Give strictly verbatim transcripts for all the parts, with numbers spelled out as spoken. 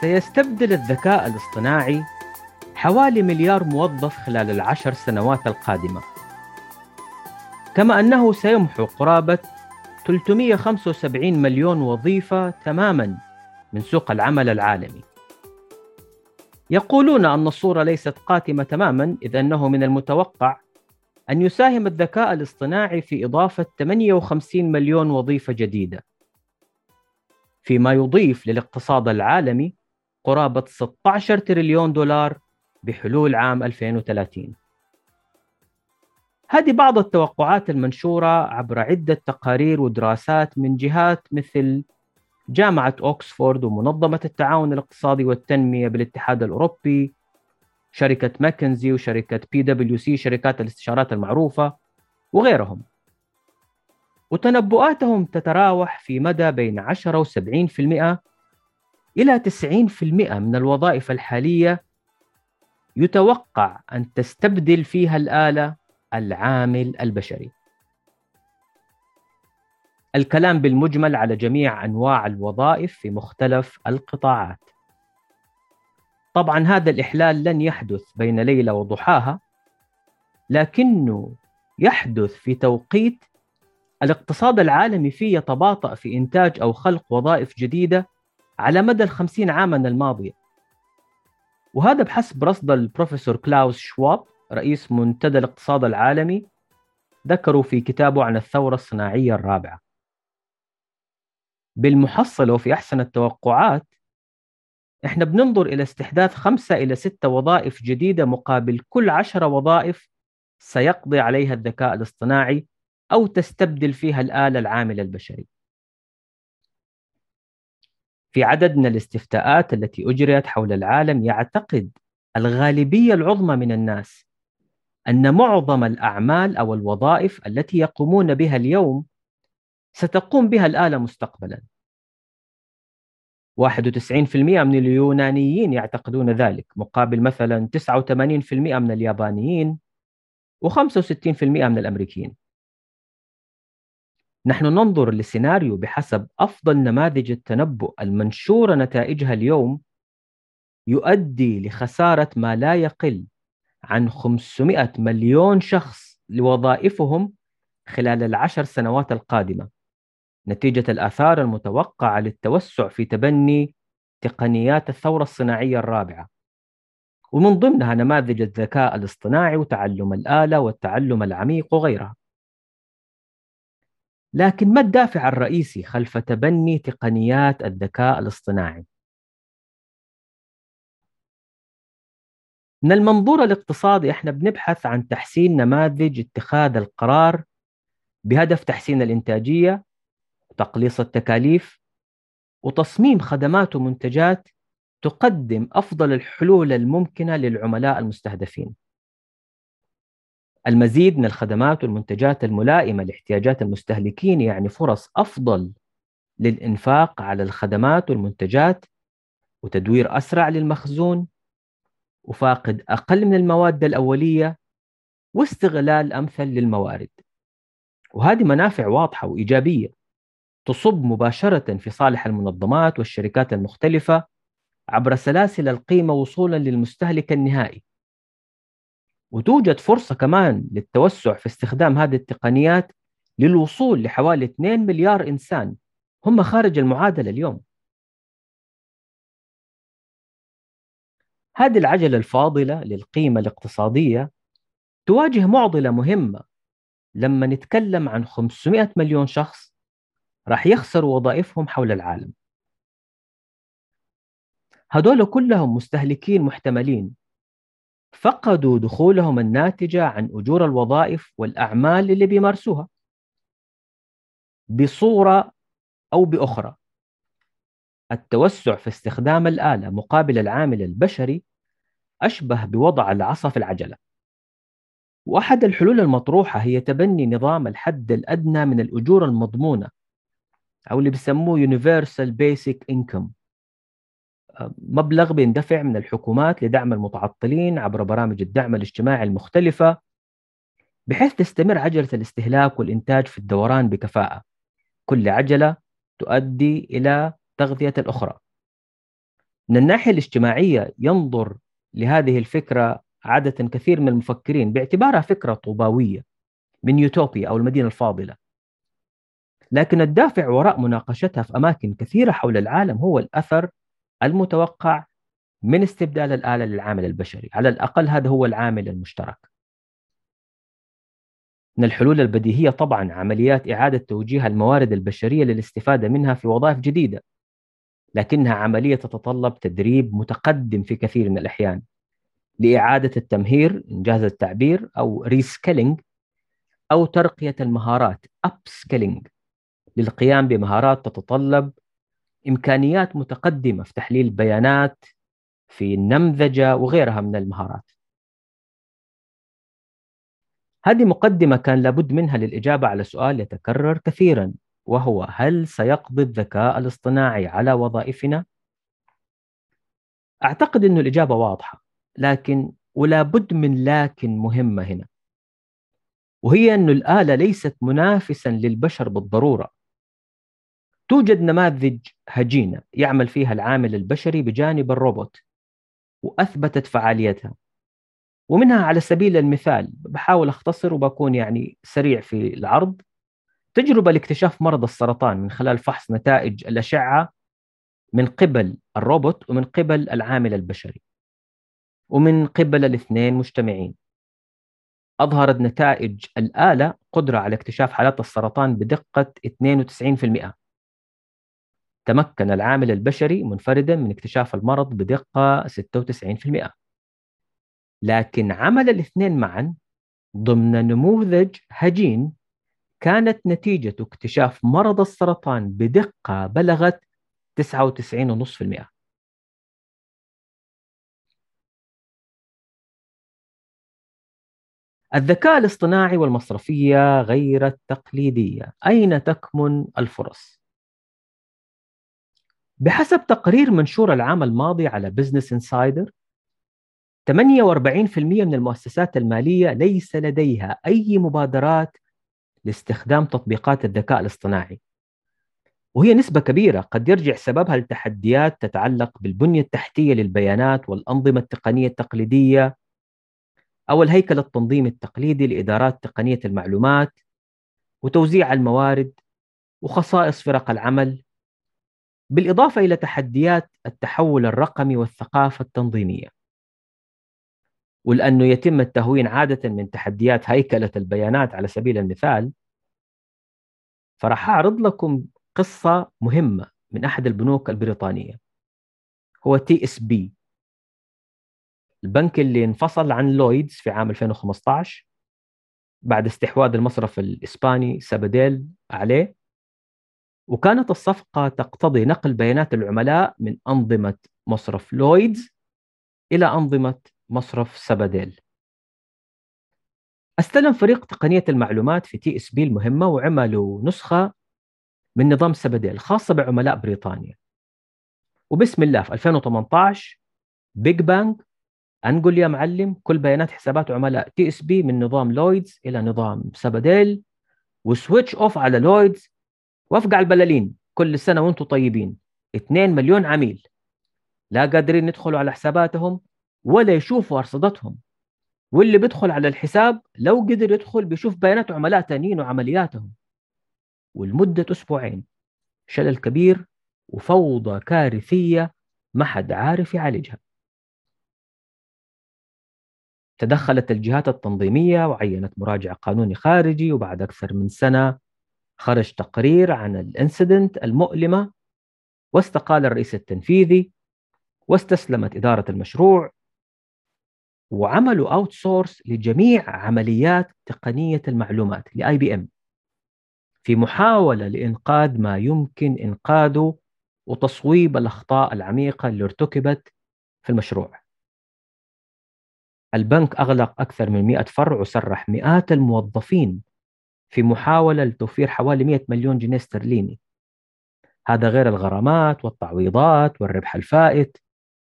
سيستبدل الذكاء الاصطناعي حوالي مليار موظف خلال العشر سنوات القادمة، كما أنه سيمحو قرابة ثلاثمئة وخمسة وسبعين مليون وظيفة تماماً من سوق العمل العالمي. يقولون أن الصورة ليست قاتمة تماماً، إذ أنه من المتوقع أن يساهم الذكاء الاصطناعي في إضافة ثمانية وخمسين مليون وظيفة جديدة، فيما يضيف للاقتصاد العالمي قرابة ستة عشر تريليون دولار بحلول عام ألفين وثلاثين. هذه بعض التوقعات المنشورة عبر عدة تقارير ودراسات من جهات مثل جامعة أوكسفورد ومنظمة التعاون الاقتصادي والتنمية بالاتحاد الأوروبي، شركة ماكنزي وشركة بي دبليو سي، شركات الاستشارات المعروفة وغيرهم. وتنبؤاتهم تتراوح في مدى بين عشرة وسبعين بالمئة إلى تسعين بالمئة من الوظائف الحالية يتوقع أن تستبدل فيها الآلة العامل البشري. الكلام بالمجمل على جميع أنواع الوظائف في مختلف القطاعات. طبعا هذا الإحلال لن يحدث بين ليلة وضحاها، لكنه يحدث في توقيت الاقتصاد العالمي فيه يتباطأ في إنتاج أو خلق وظائف جديدة على مدى الخمسين عاما الماضية. وهذا بحسب رصد البروفيسور كلاوس شواب رئيس منتدى الاقتصاد العالمي، ذكروا في كتابه عن الثورة الصناعية الرابعة. بالمحصلة وفي أحسن التوقعات إحنا بننظر إلى استحداث خمسة إلى ستة وظائف جديدة مقابل كل عشرة وظائف سيقضي عليها الذكاء الاصطناعي أو تستبدل فيها الآلة العامل البشري. في عدد من الاستفتاءات التي أجريت حول العالم يعتقد الغالبية العظمى من الناس أن معظم الأعمال أو الوظائف التي يقومون بها اليوم ستقوم بها الآلة مستقبلا. واحد وتسعين بالمئة من اليونانيين يعتقدون ذلك، مقابل مثلا تسعة وثمانين بالمئة من اليابانيين وخمسة وستين بالمئة من الأمريكيين. نحن ننظر لسيناريو بحسب أفضل نماذج التنبؤ المنشورة نتائجها اليوم يؤدي لخسارة ما لا يقل عن خمسمئة مليون شخص لوظائفهم خلال العشر سنوات القادمة، نتيجة الآثار المتوقعة للتوسع في تبني تقنيات الثورة الصناعية الرابعة، ومن ضمنها نماذج الذكاء الاصطناعي وتعلم الآلة والتعلم العميق وغيرها. لكن ما الدافع الرئيسي خلف تبني تقنيات الذكاء الاصطناعي؟ من المنظور الاقتصادي احنا بنبحث عن تحسين نماذج اتخاذ القرار بهدف تحسين الإنتاجية وتقليص التكاليف وتصميم خدمات ومنتجات تقدم أفضل الحلول الممكنة للعملاء المستهدفين. المزيد من الخدمات والمنتجات الملائمة لاحتياجات المستهلكين يعني فرص أفضل للإنفاق على الخدمات والمنتجات وتدوير أسرع للمخزون وفاقد أقل من المواد الأولية واستغلال أمثل للموارد. وهذه منافع واضحة وإيجابية تصب مباشرة في صالح المنظمات والشركات المختلفة عبر سلاسل القيمة وصولا للمستهلك النهائي. وتوجد فرصة كمان للتوسع في استخدام هذه التقنيات للوصول لحوالي اثنين مليار إنسان هم خارج المعادلة اليوم. هذه العجلة الفاضلة للقيمة الاقتصادية تواجه معضلة مهمة لما نتكلم عن خمسمئة مليون شخص راح يخسروا وظائفهم حول العالم. هدول كلهم مستهلكين محتملين فقدوا دخولهم الناتجة عن أجور الوظائف والأعمال اللي بيمارسوها بصورة أو بأخرى. التوسع في استخدام الآلة مقابل العامل البشري أشبه بوضع العصا في العجلة. وأحد الحلول المطروحة هي تبني نظام الحد الأدنى من الأجور المضمونة أو اللي بيسموه Universal Basic Income، مبلغ بيندفع من الحكومات لدعم المتعطلين عبر برامج الدعم الاجتماعي المختلفة بحيث تستمر عجلة الاستهلاك والإنتاج في الدوران بكفاءة. كل عجلة تؤدي إلى تغذية الأخرى. من الناحية الاجتماعية ينظر لهذه الفكرة عادة كثير من المفكرين باعتبارها فكرة طوباوية من يوتوبيا أو المدينة الفاضلة، لكن الدافع وراء مناقشتها في أماكن كثيرة حول العالم هو الأثر المتوقع من استبدال الآلة للعامل البشري. على الأقل هذا هو العامل المشترك. من الحلول البديهية طبعا عمليات إعادة توجيه الموارد البشرية للاستفادة منها في وظائف جديدة، لكنها عملية تتطلب تدريب متقدم في كثير من الأحيان لإعادة التمهير إنجاز التعبير، أو ريسكيلينج، أو ترقية المهارات أبسكيلينج، للقيام بمهارات تتطلب إمكانيات متقدمة في تحليل البيانات، في النمذجة وغيرها من المهارات. هذه مقدمة كان لابد منها للإجابة على سؤال يتكرر كثيرا، وهو هل سيقضي الذكاء الاصطناعي على وظائفنا؟ أعتقد أن الإجابة واضحة، لكن ولا بد من لكن مهمة هنا، وهي أن الآلة ليست منافسا للبشر بالضرورة. توجد نماذج هجينة يعمل فيها العامل البشري بجانب الروبوت وأثبتت فعاليتها، ومنها على سبيل المثال بحاول أختصر وبكون يعني سريع في العرض: تجربة لاكتشاف مرض السرطان من خلال فحص نتائج الأشعة من قبل الروبوت ومن قبل العامل البشري، ومن قبل الاثنين مجتمعين. أظهرت نتائج الآلة قدرة على اكتشاف حالات السرطان بدقة اثنين وتسعين بالمئة. تمكن العامل البشري منفردا من اكتشاف المرض بدقة ستة وتسعين بالمئة. لكن عمل الاثنين معا ضمن نموذج هجين كانت نتيجة اكتشاف مرض السرطان بدقة بلغت تسعة وتسعين فاصلة خمسة بالمئة. الذكاء الاصطناعي والمصرفية غير التقليدية، أين تكمن الفرص؟ بحسب تقرير منشور العام الماضي على بزنس انسايدر، ثمانية وأربعين بالمئة من المؤسسات المالية ليس لديها أي مبادرات لاستخدام تطبيقات الذكاء الاصطناعي، وهي نسبة كبيرة قد يرجع سببها لتحديات تتعلق بالبنية التحتية للبيانات والأنظمة التقنية التقليدية، أو الهيكل التنظيمي التقليدي لإدارات تقنية المعلومات وتوزيع الموارد وخصائص فرق العمل، بالإضافة إلى تحديات التحول الرقمي والثقافة التنظيمية. ولأنه يتم التهوين عادة من تحديات هيكلة البيانات على سبيل المثال، فراح أعرض لكم قصة مهمة من أحد البنوك البريطانية، هو تي اس بي، البنك اللي انفصل عن لويدز في عام ألفين وخمسة عشر بعد استحواذ المصرف الإسباني ساباديل عليه. وكانت الصفقة تقتضي نقل بيانات العملاء من أنظمة مصرف لويدز إلى أنظمة مصرف ساباديل. استلم فريق تقنية المعلومات في تي اس بي المهمة وعملوا نسخة من نظام ساباديل خاصة بعملاء بريطانيا. وبسم الله في ألفين وثمانية عشر بيج بانج أنقل يا معلم كل بيانات حسابات عملاء تي اس بي من نظام لويدز إلى نظام ساباديل، وسويتش أوف على لويدز، وافقع البلالين كل سنة وانتم طيبين. اثنين مليون عميل لا قادرين يدخلوا على حساباتهم ولا يشوفوا أرصدتهم، واللي بيدخل على الحساب لو قدر يدخل بيشوف بيانات عملاء تانيين وعملياتهم. والمدة أسبوعين، شلل كبير وفوضى كارثية ما حد عارف يعالجها. تدخلت الجهات التنظيمية وعينت مراجع قانوني خارجي، وبعد أكثر من سنة خرج تقرير عن الانسيدنت المؤلمة، واستقال الرئيس التنفيذي، واستسلمت إدارة المشروع، وعملوا اوت سورس لجميع عمليات تقنية المعلومات لاي بي ام في محاولة لإنقاذ ما يمكن إنقاذه وتصويب الأخطاء العميقة اللي ارتكبت في المشروع. البنك أغلق أكثر من مئة فرع وسرح مئات الموظفين في محاولة لتوفير حوالي مئة مليون جنيه استرليني، هذا غير الغرامات والتعويضات والربح الفائت.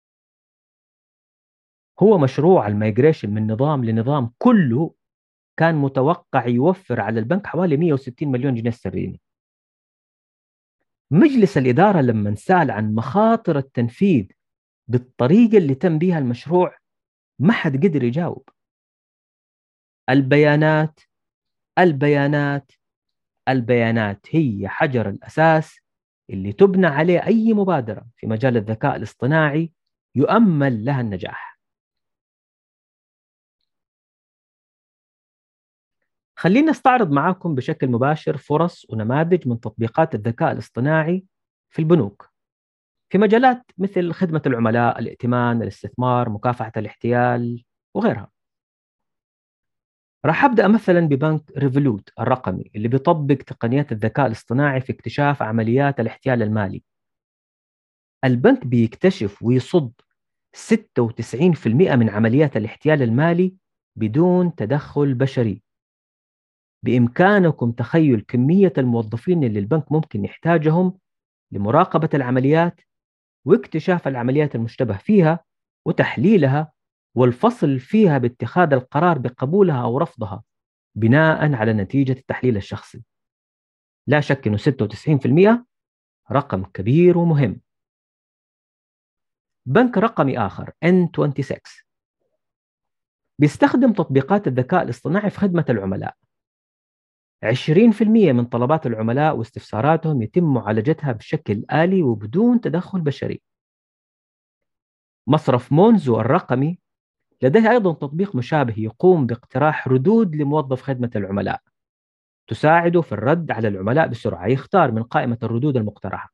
هو مشروع الميجريشن من نظام لنظام كله كان متوقع يوفر على البنك حوالي مئة وستين مليون جنيه استرليني. مجلس الإدارة لما سأل عن مخاطر التنفيذ بالطريقة اللي تم بيها المشروع ما حد قدر يجاوب. البيانات البيانات البيانات هي حجر الأساس اللي تبنى عليه أي مبادرة في مجال الذكاء الاصطناعي يؤمل لها النجاح. خلينا نستعرض معاكم بشكل مباشر فرص ونماذج من تطبيقات الذكاء الاصطناعي في البنوك في مجالات مثل خدمة العملاء، الائتمان، الاستثمار، مكافحة الاحتيال وغيرها. راح أبدأ مثلا ببنك ريفولوت الرقمي اللي بيطبق تقنيات الذكاء الاصطناعي في اكتشاف عمليات الاحتيال المالي. البنك بيكتشف ويصد ستة وتسعين بالمئة من عمليات الاحتيال المالي بدون تدخل بشري. بإمكانكم تخيل كمية الموظفين اللي البنك ممكن يحتاجهم لمراقبة العمليات واكتشاف العمليات المشتبه فيها وتحليلها والفصل فيها باتخاذ القرار بقبولها أو رفضها بناء على نتيجة التحليل الشخصي. لا شك أنه ستة وتسعين بالمئة رقم كبير ومهم. بنك رقمي آخر إن ستة وعشرين بيستخدم تطبيقات الذكاء الاصطناعي في خدمة العملاء. عشرين بالمئة من طلبات العملاء واستفساراتهم يتم معالجتها بشكل آلي وبدون تدخل بشري. مصرف مونزو الرقمي لديه أيضا تطبيق مشابه يقوم باقتراح ردود لموظف خدمة العملاء تساعده في الرد على العملاء بسرعة، يختار من قائمة الردود المقترحة.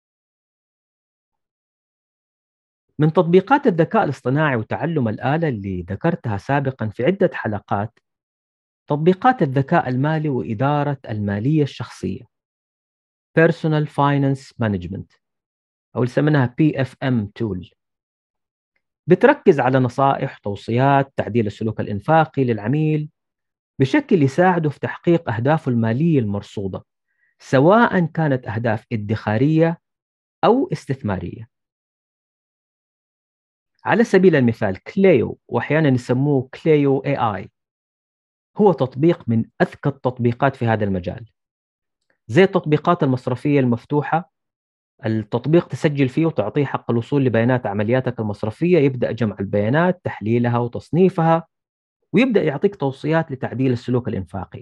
من تطبيقات الذكاء الاصطناعي وتعلم الآلة اللي ذكرتها سابقا في عدة حلقات تطبيقات الذكاء المالي وإدارة المالية الشخصية Personal Finance Management أو اللي يسمونها بي إف إم Tool. بتركز على نصائح، توصيات، تعديل السلوك الإنفاقي للعميل بشكل يساعده في تحقيق أهدافه المالية المرصودة، سواء كانت أهداف ادخارية أو استثمارية. على سبيل المثال كليو، وأحيانا يسموه كليو إيه آي، هو تطبيق من أذكى التطبيقات في هذا المجال. زي التطبيقات المصرفية المفتوحة، التطبيق تسجل فيه وتعطيه حق الوصول لبيانات عملياتك المصرفية، يبدأ جمع البيانات، تحليلها وتصنيفها، ويبدأ يعطيك توصيات لتعديل السلوك الإنفاقي.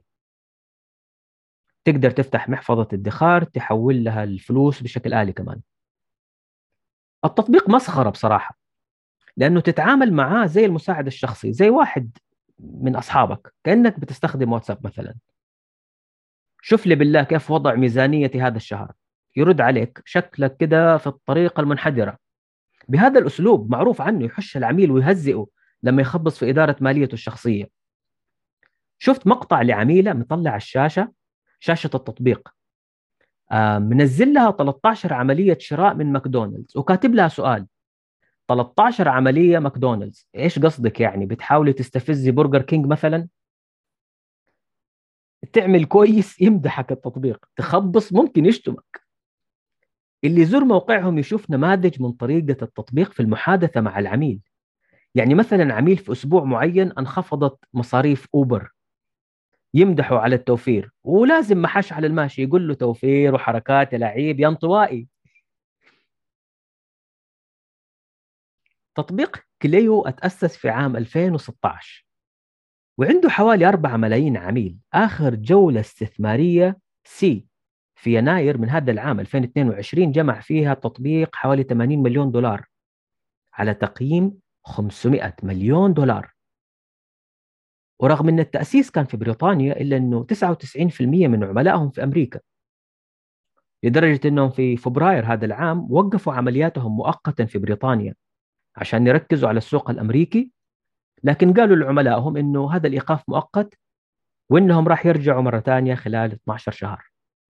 تقدر تفتح محفظة ادخار تحول لها الفلوس بشكل آلي كمان. التطبيق مسخرة بصراحة، لأنه تتعامل معاه زي المساعد الشخصي، زي واحد من أصحابك، كأنك بتستخدم واتساب مثلا. شوف لي بالله كيف وضع ميزانيتي هذا الشهر، يرد عليك شكلك كده في الطريقة المنحدرة. بهذا الأسلوب معروف عنه يحش العميل ويهزئه لما يخبص في إدارة ماليته الشخصية. شفت مقطع لعميلة مطلع الشاشة، شاشة التطبيق، آه منزل لها ثلاثة عشر عملية شراء من ماكدونالدز وكاتب لها سؤال: ثلاثة عشر عملية ماكدونالدز، إيش قصدك يعني؟ بتحاولي تستفزي برجر كينج مثلا؟ تعمل كويس يمدحك التطبيق، تخبص ممكن يشتمك. اللي يزور موقعهم يشوف نماذج من طريقة التطبيق في المحادثة مع العميل. يعني مثلا عميل في أسبوع معين انخفضت مصاريف أوبر، يمدحوا على التوفير، ولازم محش على الماشي يقول له توفير وحركات يا لعيب يا انطوائي. تطبيق كليو أتأسس في عام ألفين وستة عشر وعنده حوالي أربعة ملايين عميل. آخر جولة استثمارية سي في يناير من هذا العام ألفين واثنين وعشرين جمع فيها التطبيق حوالي ثمانين مليون دولار على تقييم خمسمائة مليون دولار. ورغم أن التأسيس كان في بريطانيا إلا أنه تسعة وتسعين بالمئة من عملائهم في أمريكا، لدرجة أنهم في فبراير هذا العام وقفوا عملياتهم مؤقتا في بريطانيا عشان يركزوا على السوق الأمريكي. لكن قالوا لعملائهم أنه هذا الإيقاف مؤقت وأنهم راح يرجعوا مرة ثانية خلال اثنا عشر شهر.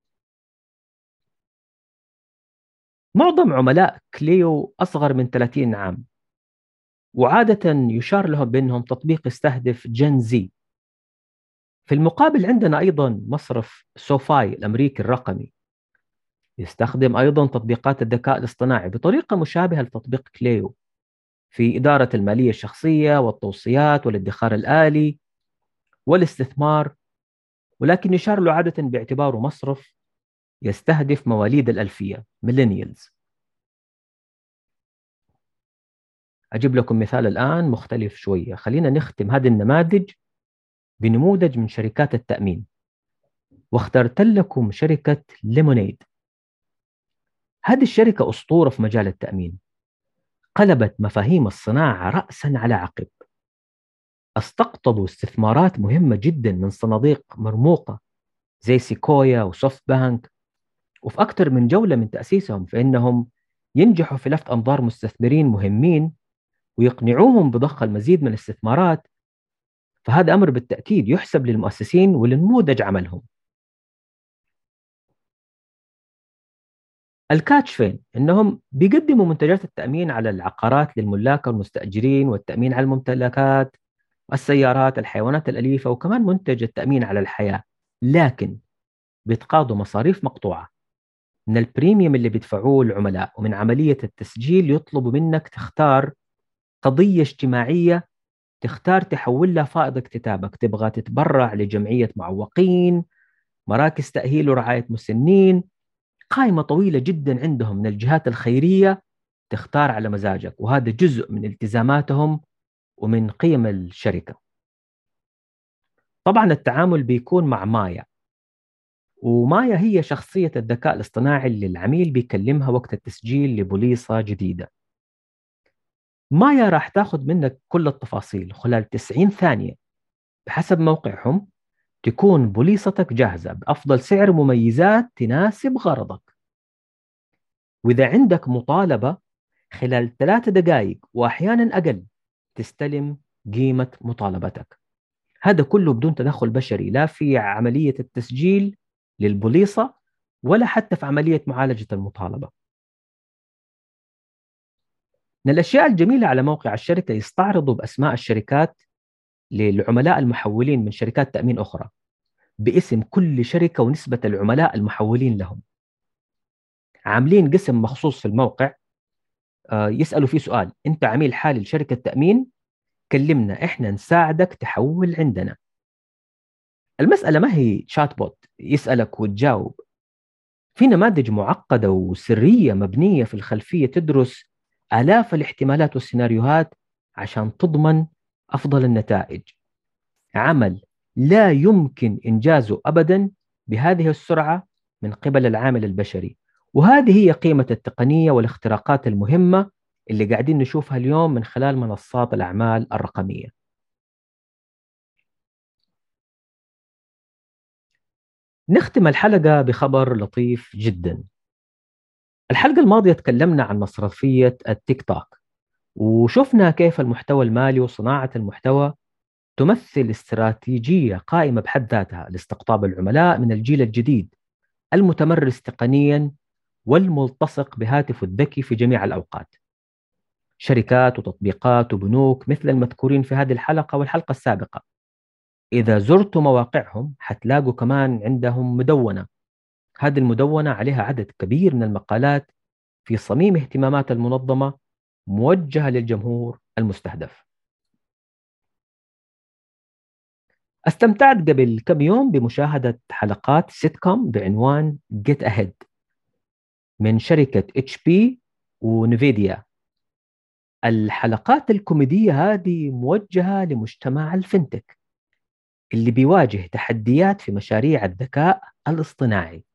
معظم عملاء كليو أصغر من ثلاثين عام، وعادة يشار لهم بأنهم تطبيق يستهدف جين زي. في المقابل عندنا أيضا مصرف سوفاي الأمريكي الرقمي، يستخدم أيضا تطبيقات الذكاء الاصطناعي بطريقة مشابهة لتطبيق كليو في إدارة المالية الشخصية والتوصيات والادخار الآلي والاستثمار، ولكن يشار له عادة باعتباره مصرف يستهدف مواليد الألفية ميلينيالز. أجيب لكم مثال الآن مختلف شوية. خلينا نختم هذه النماذج بنموذج من شركات التأمين، واخترت لكم شركة ليمونيد. هذه الشركة أسطورة في مجال التأمين، قلبت مفاهيم الصناعة رأسا على عقب. استقطبوا استثمارات مهمة جدا من صناديق مرموقة زي سيكويا وسوفت بانك، وفي أكثر من جولة من تأسيسهم فإنهم ينجحوا في لفت أنظار مستثمرين مهمين ويقنعوهم بضخ المزيد من الاستثمارات. فهذا أمر بالتأكيد يحسب للمؤسسين ولنموذج عملهم. الكاتش فين؟ إنهم بيقدموا منتجات التأمين على العقارات للملاك والمستأجرين، والتأمين على الممتلكات، السيارات، الحيوانات الأليفة، وكمان منتج التأمين على الحياة. لكن بيتقاضوا مصاريف مقطوعة من البريميوم اللي بيدفعوه العملاء، ومن عملية التسجيل يطلبوا منك تختار قضية اجتماعية، تختار تحول لها فائض اكتتابك. تبغى تتبرع لجمعية معوقين، مراكز تأهيل ورعاية مسنين، قائمة طويلة جدا عندهم من الجهات الخيرية، تختار على مزاجك. وهذا جزء من التزاماتهم ومن قيم الشركة. طبعا التعامل بيكون مع مايا، ومايا هي شخصية الذكاء الاصطناعي اللي العميل بيكلمها وقت التسجيل لبوليصة جديدة. مايا راح تاخذ منك كل التفاصيل خلال تسعين ثانية بحسب موقعهم، تكون بوليصتك جاهزة بأفضل سعر، مميزات تناسب غرضك. وإذا عندك مطالبة خلال ثلاث دقائق وأحيانا أقل تستلم قيمة مطالبتك. هذا كله بدون تدخل بشري، لا في عملية التسجيل للبوليصة ولا حتى في عملية معالجة المطالبة. من الأشياء الجميلة على موقع الشركة يستعرضوا بأسماء الشركات للعملاء المحولين من شركات تأمين أخرى، باسم كل شركة ونسبة العملاء المحولين لهم. عاملين قسم مخصوص في الموقع آه، يسألوا فيه سؤال: أنت عميل حالي لشركة تأمين؟ كلمنا إحنا نساعدك تحول عندنا. المسألة ما هي شات بوت يسألك وتجاوب، في نماذج معقدة وسرية مبنية في الخلفية تدرس آلاف الاحتمالات والسيناريوهات عشان تضمن أفضل النتائج. عمل لا يمكن إنجازه أبدا بهذه السرعة من قبل العامل البشري. وهذه هي قيمة التقنية والاختراقات المهمة اللي قاعدين نشوفها اليوم من خلال منصات الأعمال الرقمية. نختم الحلقة بخبر لطيف جدا. الحلقة الماضية تكلمنا عن مصرفية التيك توك، وشفنا كيف المحتوى المالي وصناعة المحتوى تمثل استراتيجية قائمة بحد ذاتها لاستقطاب العملاء من الجيل الجديد المتمرس تقنيا والملتصق بهاتفه الذكي في جميع الأوقات. شركات وتطبيقات وبنوك مثل المذكورين في هذه الحلقة والحلقة السابقة، إذا زرتوا مواقعهم حتلاقوا كمان عندهم مدونة. هذه المدونة عليها عدد كبير من المقالات في صميم اهتمامات المنظمة، موجهة للجمهور المستهدف. استمتعت قبل كم يوم بمشاهدة حلقات سيت كوم بعنوان Get Ahead من شركة اتش بي ونفيديا. الحلقات الكوميدية هذه موجهة لمجتمع الفنتك اللي بيواجه تحديات في مشاريع الذكاء الاصطناعي.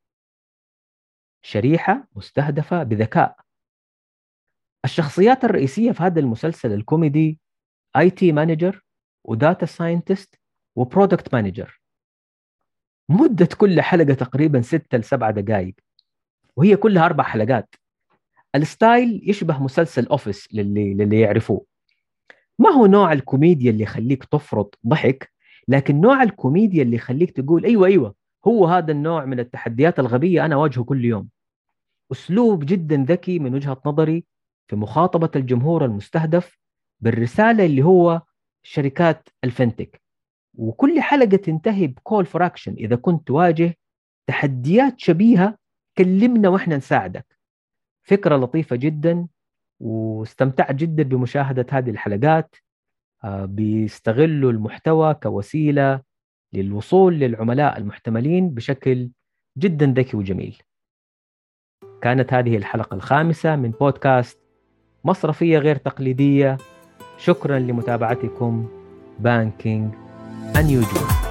شريحة مستهدفة بذكاء. الشخصيات الرئيسية في هذا المسلسل الكوميدي اي تي مانجر وداتا ساينتست وبرودكت مانجر. مدة كل حلقة تقريبا ستة لسبعة دقائق، وهي كلها أربع حلقات. الستايل يشبه مسلسل أوفيس للي, للي يعرفوه. ما هو نوع الكوميديا اللي يخليك تفرط ضحك، لكن نوع الكوميديا اللي يخليك تقول أيوة أيوة، هو هذا النوع من التحديات الغبية أنا أواجهه كل يوم. أسلوب جدا ذكي من وجهة نظري في مخاطبة الجمهور المستهدف بالرسالة اللي هو شركات الفنتك. وكل حلقة تنتهي بكول فور أكشن: إذا كنت تواجه تحديات شبيهة كلمنا وإحنا نساعدك. فكرة لطيفة جدا، واستمتعت جدا بمشاهدة هذه الحلقات. آه، بيستغلوا المحتوى كوسيلة للوصول للعملاء المحتملين بشكل جدا ذكي وجميل. كانت هذه الحلقة الخامسة من بودكاست مصرفية غير تقليدية. شكرا لمتابعتكم. بانكينج أنيوجوال.